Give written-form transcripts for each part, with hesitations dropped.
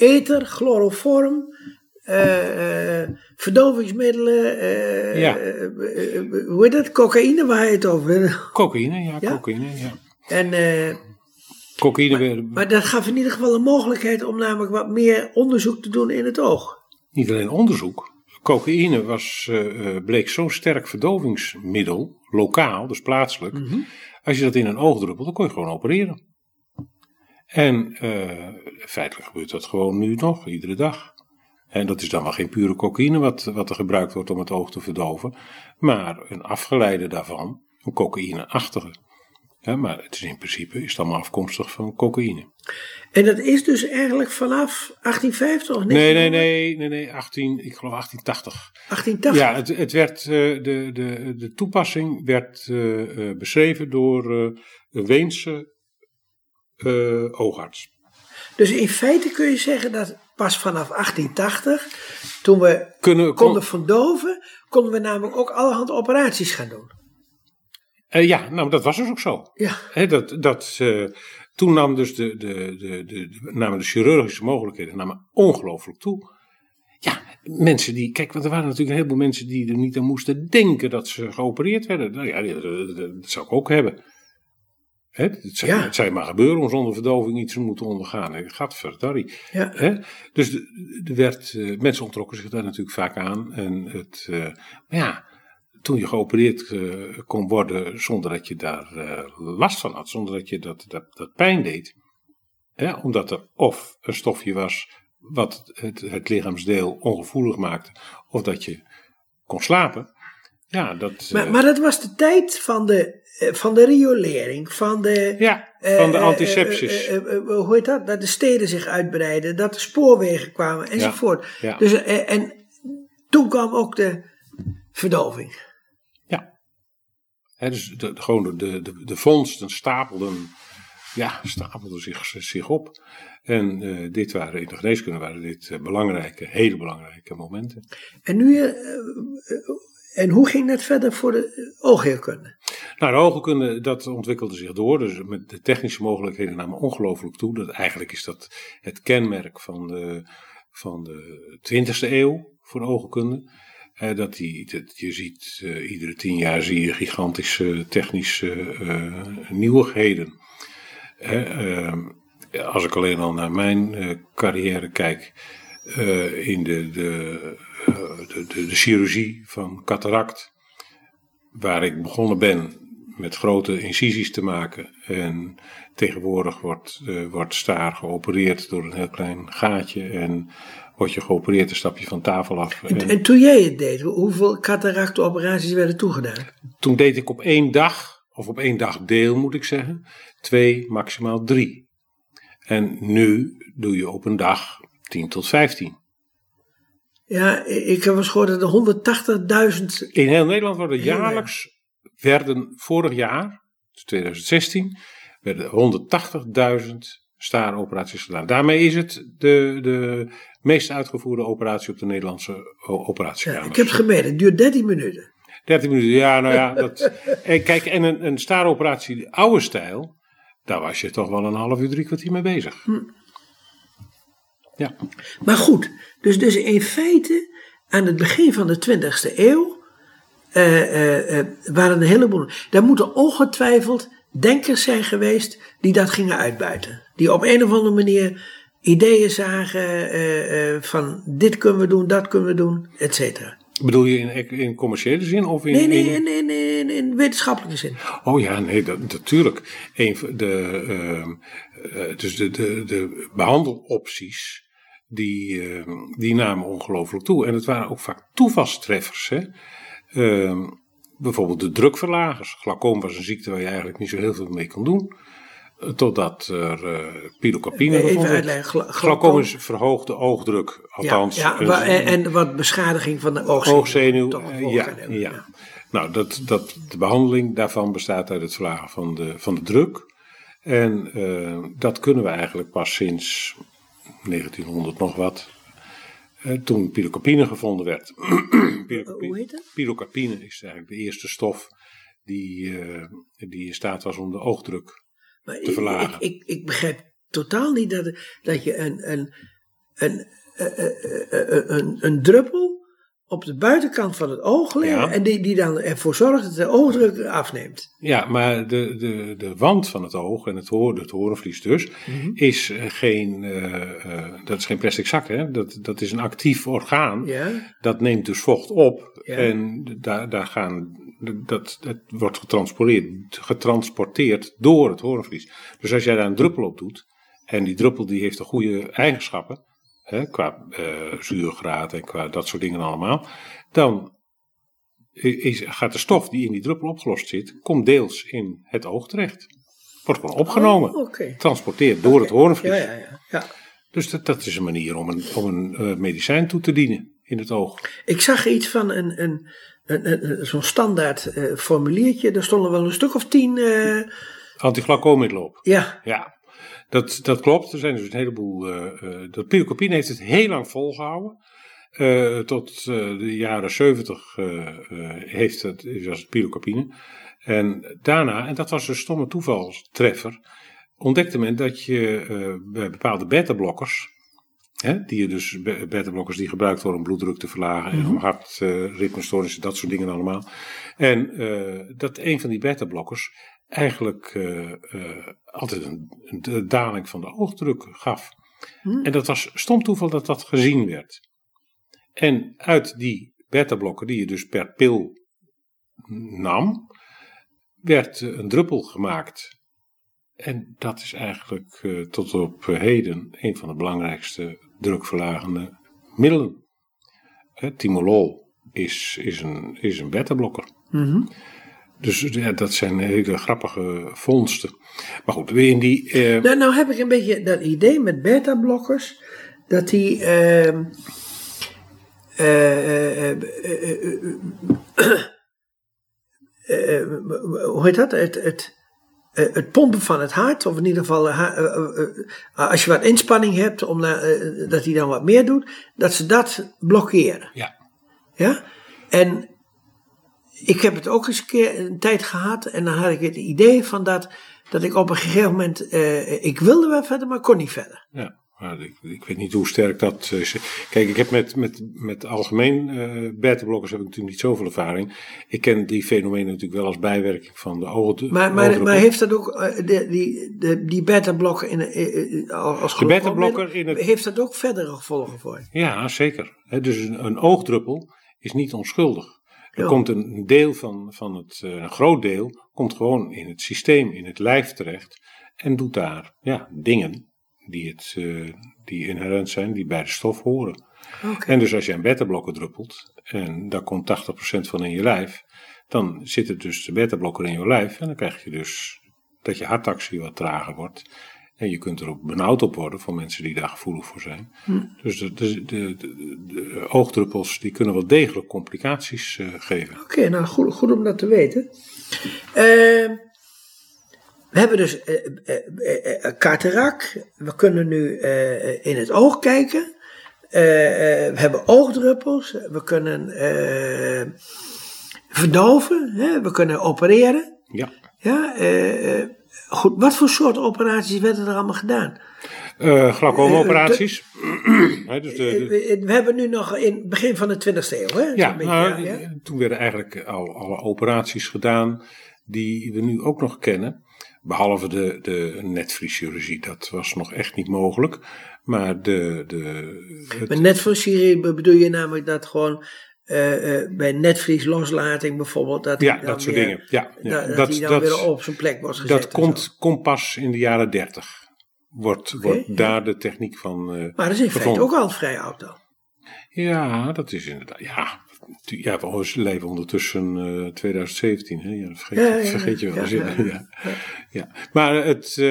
ether, chloroform, verdovingsmiddelen, hoe heet dat? Cocaïne, waar je het over? Cocaïne, cocaïne, ja. En, cocaïne maar dat gaf in ieder geval een mogelijkheid om namelijk wat meer onderzoek te doen in het oog. Niet alleen onderzoek. Cocaïne bleek zo'n sterk verdovingsmiddel, lokaal, dus plaatselijk. Mm-hmm. Als je dat in een oog druppelt, dan kon je gewoon opereren. En feitelijk gebeurt dat gewoon nu nog, iedere dag. En dat is dan wel geen pure cocaïne wat er gebruikt wordt om het oog te verdoven. Maar een afgeleide daarvan, een cocaïne-achtige. Ja, maar het is in principe allemaal afkomstig van cocaïne. En dat is dus eigenlijk vanaf 1850 of niet? Nee, ik geloof 1880. 1880? Ja, het werd, de toepassing werd beschreven door een Weense oogarts. Dus in feite kun je zeggen dat pas vanaf 1880, toen we konden verdoven, konden we namelijk ook allerhande operaties gaan doen. Ja, nou dat was dus ook zo. Ja. Toen nam dus namen de chirurgische mogelijkheden ongelooflijk toe. Ja, mensen die, kijk, want er waren natuurlijk een heleboel mensen die er niet aan moesten denken dat ze geopereerd werden. Nou ja, dat zou ik ook hebben. Het zou maar gebeuren om zonder verdoving iets te moeten ondergaan. Gadverdarrie. Ja. Dus mensen ontrokken zich daar natuurlijk vaak aan. En toen je geopereerd kon worden zonder dat je daar last van had, zonder dat je dat pijn deed. Omdat er of een stofje was wat het lichaamsdeel ongevoelig maakte, of dat je kon slapen. Ja, maar dat was de tijd van de riolering, van de antisepsis. Hoe heet dat? Dat de steden zich uitbreidden, dat de spoorwegen kwamen enzovoort. Ja. Dus, en toen kwam ook de verdoving. Dus gewoon de vondsten stapelden zich op. En in de geneeskunde waren dit hele belangrijke momenten. En hoe ging dat verder voor de oogheelkunde? Nou, de oogheelkunde, dat ontwikkelde zich door. Dus met de technische mogelijkheden namen ongelooflijk toe. Eigenlijk is dat het kenmerk van de 20e eeuw voor de oogheelkunde. Je ziet iedere 10 jaar zie je gigantische technische nieuwigheden. Als ik alleen al naar mijn carrière kijk, in de chirurgie van cataract, waar ik begonnen ben met grote incisies te maken. En tegenwoordig wordt staar geopereerd door een heel klein gaatje en word je geopereerd, dan stap je van tafel af. En toen jij het deed, hoeveel cataractoperaties werden toegedaan? Toen deed ik op 1 dag, of op 1 dagdeel moet ik zeggen, 2, maximaal 3. En nu doe je op een dag 10 tot 15. Ja, ik heb eens gehoord dat er 180.000... In heel Nederland vorig jaar, 2016, werden 180.000 staaroperaties gedaan. Daarmee is het de meest uitgevoerde operatie op de Nederlandse operatiekamers. Ja, ik heb het gemeten, het duurt 13 minuten. 13 minuten, ja, nou ja. Kijk, en een staaroperatie, de oude stijl, daar was je toch wel een half uur, 3 kwartier mee bezig. Ja. Maar goed, dus in feite, aan het begin van de 20e eeuw, waren een heleboel... Daar moeten ongetwijfeld denkers zijn geweest die dat gingen uitbuiten. Die op een of andere manier ideeën zagen van dit kunnen we doen, dat kunnen we doen, et cetera. Bedoel je in commerciële zin? Of in wetenschappelijke zin. Oh ja, nee, natuurlijk. Dus de behandelopties, die namen ongelooflijk toe. En het waren ook vaak toevalstreffers. Hè? Bijvoorbeeld de drukverlagers. Glaucoom was een ziekte waar je eigenlijk niet zo heel veel mee kon doen. Totdat er pilocarpine gevonden werd. Glaucoom is verhoogde oogdruk. Althans. En wat beschadiging van de oogzenuw. Ja. Nou, de behandeling daarvan bestaat uit het verlagen van de druk. En dat kunnen we eigenlijk pas sinds 1900 nog wat. Toen pilocarpine gevonden werd. Hoe heet dat? Pilocarpine is eigenlijk de eerste stof die in staat was om de oogdruk te verlagen. Ik begrijp totaal niet dat je een druppel op de buitenkant van het oog leggen. Ja. En die dan ervoor zorgt dat de oogdruk afneemt. Ja, maar de wand van het oog en het horenvlies dus, is dat is geen plastic zak, hè? Dat is een actief orgaan. Ja. Dat neemt dus vocht op. Ja. En het wordt getransporteerd door het horenvlies. Dus als jij daar een druppel op doet, en die druppel die heeft de goede eigenschappen, hè, qua zuurgraad en qua dat soort dingen allemaal, dan gaat de stof die in die druppel opgelost zit, komt deels in het oog terecht. Wordt gewoon opgenomen, transporteerd door het horenvlies. Ja. Dus dat is een manier om een medicijn toe te dienen in het oog. Ik zag iets van zo'n standaard formuliertje. Daar stonden wel een stuk of 10... Antiglaucoommiddelen op. Ja. Ja, dat klopt. Er zijn dus een heleboel... dat pilocarpine heeft het heel lang volgehouden. Tot de jaren 70 was het pilocarpine. En daarna, en dat was een stomme toevalstreffer, ontdekte men dat je bij bepaalde beta-blokkers, beta-blokkers die gebruikt worden om bloeddruk te verlagen en om hartritmestoornissen, dat soort dingen allemaal. En dat een van die beta-blokkers eigenlijk altijd een daling van de oogdruk gaf. En dat was stom toeval dat dat gezien werd. En uit die beta-blokken die je dus per pil nam, werd een druppel gemaakt. En dat is eigenlijk tot op heden een van de belangrijkste drukverlagende middelen. Timolol is een beta-blokker. Dus ja, dat zijn hele grappige vondsten. Maar goed, in die... Nou heb ik een beetje dat idee met beta-blokkers, dat die... hoe heet dat? Het pompen van het hart, of in ieder geval als je wat inspanning hebt, dat hij dan wat meer doet, dat ze dat blokkeren. Ja? En ik heb het ook eens een keer een tijd gehad, en dan had ik het idee van dat ik op een gegeven moment, ik wilde wel verder, maar kon niet verder. Ja. Ik weet niet hoe sterk dat is. Kijk, ik heb met algemeen beta-blokkers heb ik natuurlijk niet zoveel ervaring. Ik ken die fenomenen natuurlijk wel als bijwerking van de oogdruppel. Maar heeft dat ook die beta-blokker als de beta-blokker heeft dat ook verdere gevolgen voor? Ja, zeker. Dus een oogdruppel is niet onschuldig. Er komt een deel van het, een groot deel, komt gewoon in het systeem, in het lijf terecht en doet daar dingen die inherent zijn, die bij de stof horen. En dus als je een beta-blokker druppelt, en daar komt 80% van in je lijf, dan zit er dus de beta-blokker in je lijf, en dan krijg je dus dat je hartactie wat trager wordt. En je kunt er ook benauwd op worden voor mensen die daar gevoelig voor zijn. Dus de oogdruppels die kunnen wel degelijk complicaties geven. Oké, nou goed om dat te weten. We hebben dus cataract. We kunnen nu in het oog kijken. We hebben oogdruppels. We kunnen verdoven. We kunnen opereren. Ja. Goed, wat voor soort operaties werden er allemaal gedaan? Glaucoomoperaties. We hebben nu nog in het begin van de 20e eeuw. Hè? Toen werden eigenlijk al alle operaties gedaan die we nu ook nog kennen. Behalve de netvlieschirurgie, dat was nog echt niet mogelijk. Maar met netvlieschirurgie bedoel je namelijk dat gewoon bij netvliesloslatting bijvoorbeeld. Dat soort dingen. Dat die dan weer op zijn plek wordt gezet. Dat komt pas in de jaren 30. Wordt daar de techniek van maar dat is in feite ook al vrij oud dan. Ja, dat is inderdaad. Ja, we leven ondertussen 2017. Hè? Ja, dat vergeet je wel eens. Ja. Maar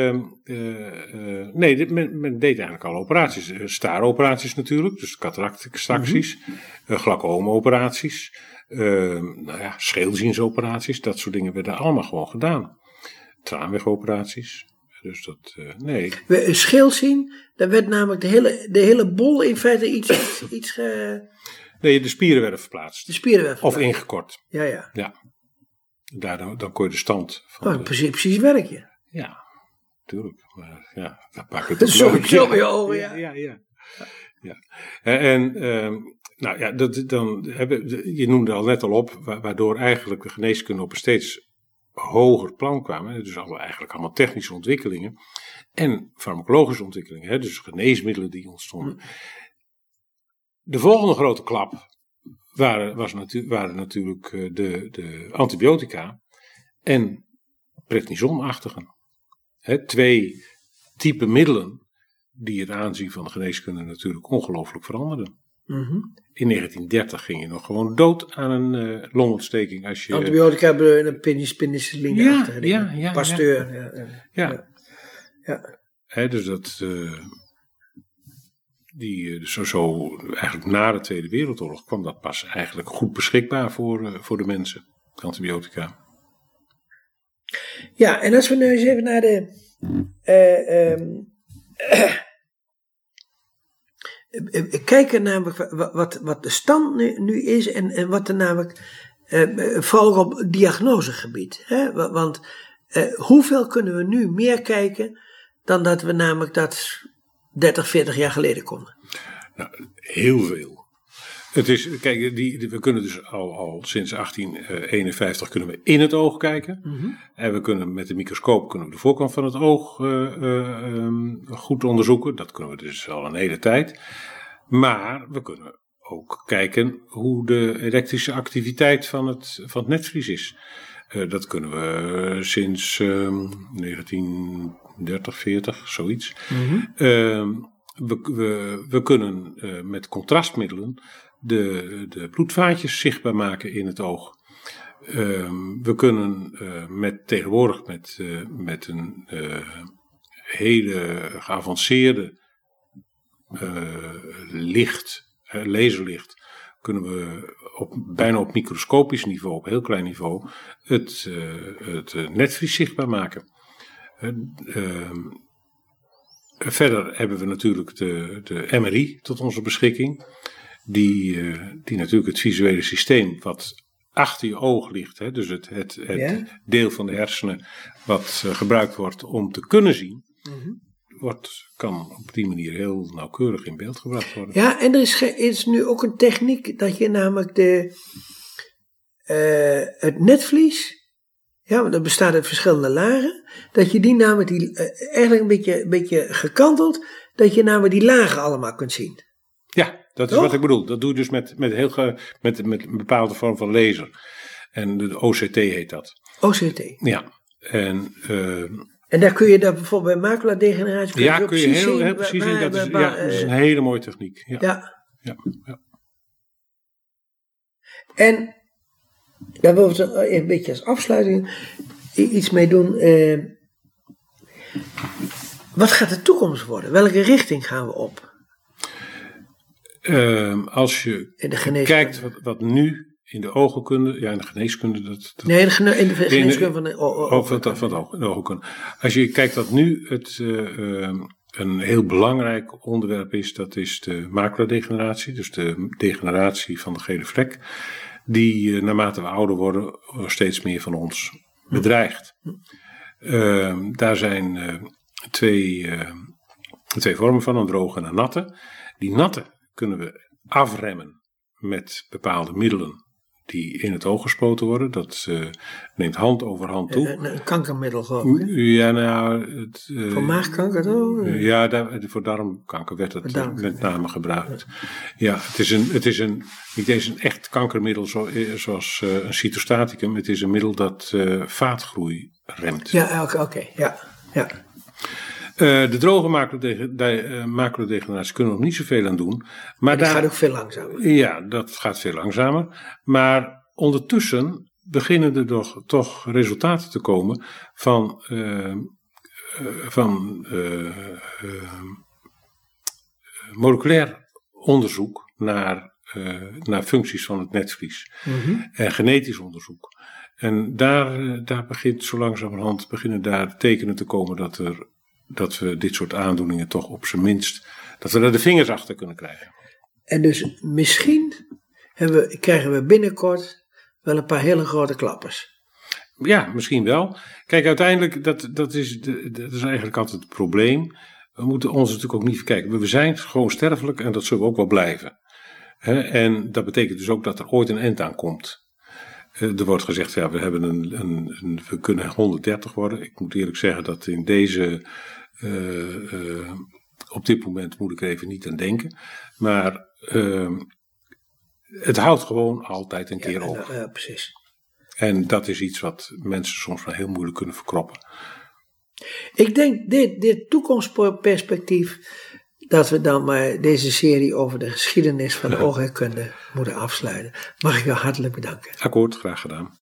men deed eigenlijk al operaties. Staaroperaties natuurlijk, dus cataractextracties, glaucoomoperaties, scheelziensoperaties, dat soort dingen werden allemaal gewoon gedaan. Traanwegoperaties. Dus dat, nee. Scheelzien, daar werd namelijk de hele bol in feite iets Nee, de spieren werden verplaatst. Of ingekort. Ja. Dan kon je de stand van... Precies werk je. Ja, tuurlijk. Maar dat maakt het ook zo bij je ogen, ja. Ja. En nou ja, je noemde al net al op, waardoor eigenlijk de geneeskunde op een steeds hoger plan kwamen. Dus eigenlijk allemaal technische ontwikkelingen en farmacologische ontwikkelingen, hè, dus geneesmiddelen die ontstonden. De volgende grote klap waren natuurlijk de antibiotica en prednisonachtigen. Hè, 2 type middelen die het aanzien van de geneeskunde natuurlijk ongelooflijk veranderden. Mm-hmm. In 1930 ging je nog gewoon dood aan een longontsteking. Als je... Antibiotica hebben een penicilline. Ja. Pasteur. Ja. Hè, dus dat... Zo eigenlijk na de Tweede Wereldoorlog kwam dat pas eigenlijk goed beschikbaar voor de mensen, antibiotica. Ja, en als we nu eens even naar kijken namelijk wat de stand nu is en wat er namelijk, vooral op diagnosegebied. Hè? Want hoeveel kunnen we nu meer kijken dan dat we namelijk dat 30, 40 jaar geleden konden? Nou, heel veel. Het is, kijk, we kunnen dus al sinds 1851 kunnen we in het oog kijken. Mm-hmm. En we kunnen met de microscoop de voorkant van het oog goed onderzoeken. Dat kunnen we dus al een hele tijd. Maar we kunnen ook kijken hoe de elektrische activiteit van het netvlies is. Dat kunnen we sinds 1930, 40, zoiets. Mm-hmm. We kunnen met contrastmiddelen de bloedvaatjes zichtbaar maken in het oog. We kunnen tegenwoordig met een hele geavanceerde laserlicht, kunnen we bijna op microscopisch niveau, op heel klein niveau, het netvlies zichtbaar maken. Verder hebben we natuurlijk de MRI tot onze beschikking. Die natuurlijk het visuele systeem wat achter je oog ligt. Hè, dus het deel van de hersenen wat gebruikt wordt om te kunnen zien. Mm-hmm. Kan op die manier heel nauwkeurig in beeld gebracht worden. Ja, en er is nu ook een techniek dat je namelijk het netvlies... Ja, want dat bestaat uit verschillende lagen. Dat je die namelijk eigenlijk een beetje gekanteld, dat je namelijk die lagen allemaal kunt zien. Ja, dat is wat ik bedoel. Dat doe je dus met een bepaalde vorm van laser. En de OCT heet dat. OCT? Ja. En daar kun je dat bijvoorbeeld bij maculadegeneratie... Ja, kun je heel precies zien. Dat is een hele mooie techniek. Ja. En... daar willen we een beetje als afsluiting iets mee doen. Wat gaat de toekomst worden? Welke richting gaan we op? Als je kijkt wat nu in de oogkunde... Ja, in de geneeskunde... Nee, in de geneeskunde van de oogkunde. Als je kijkt wat nu een heel belangrijk onderwerp is... dat is de maculadegeneratie. Dus de degeneratie van de gele vlek... die naarmate we ouder worden steeds meer van ons bedreigt. Daar zijn twee vormen van, een droge en een natte. Die natte kunnen we afremmen met bepaalde middelen die in het oog gespoten worden. Dat neemt hand over hand toe. Een kankermiddel geloof ik. Ja, nou... voor maagkanker toch? Ja, voor darmkanker werd het met name gebruikt. Ja, het is niet eens een echt kankermiddel zoals een cytostaticum. Het is een middel dat vaatgroei remt. Ja, oké. Ja. De droge maculadegeneratie kunnen we nog niet zoveel aan doen. Maar dat gaat ook veel langzamer. Ja, dat gaat veel langzamer. Maar ondertussen beginnen er toch resultaten te komen van moleculair onderzoek naar functies van het netvlies. Mm-hmm. En genetisch onderzoek. En daar begint zo langzamerhand daar tekenen te komen dat we dit soort aandoeningen toch op zijn minst, dat we er de vingers achter kunnen krijgen. En dus misschien krijgen we binnenkort wel een paar hele grote klappers. Ja, misschien wel. Kijk, uiteindelijk, dat is eigenlijk altijd het probleem. we moeten ons natuurlijk ook niet verkijken. We zijn gewoon sterfelijk en dat zullen we ook wel blijven. En dat betekent dus ook dat er ooit een eind aan komt. Er wordt gezegd, ja, we kunnen 130 worden. Ik moet eerlijk zeggen dat in deze, op dit moment moet ik er even niet aan denken. Maar het houdt gewoon altijd een keer op. Ja, precies. En dat is iets wat mensen soms wel heel moeilijk kunnen verkroppen. Ik denk dit toekomstperspectief, dat we dan maar deze serie over de geschiedenis van de oogheelkunde moeten afsluiten. Mag ik u hartelijk bedanken. Akkoord, graag gedaan.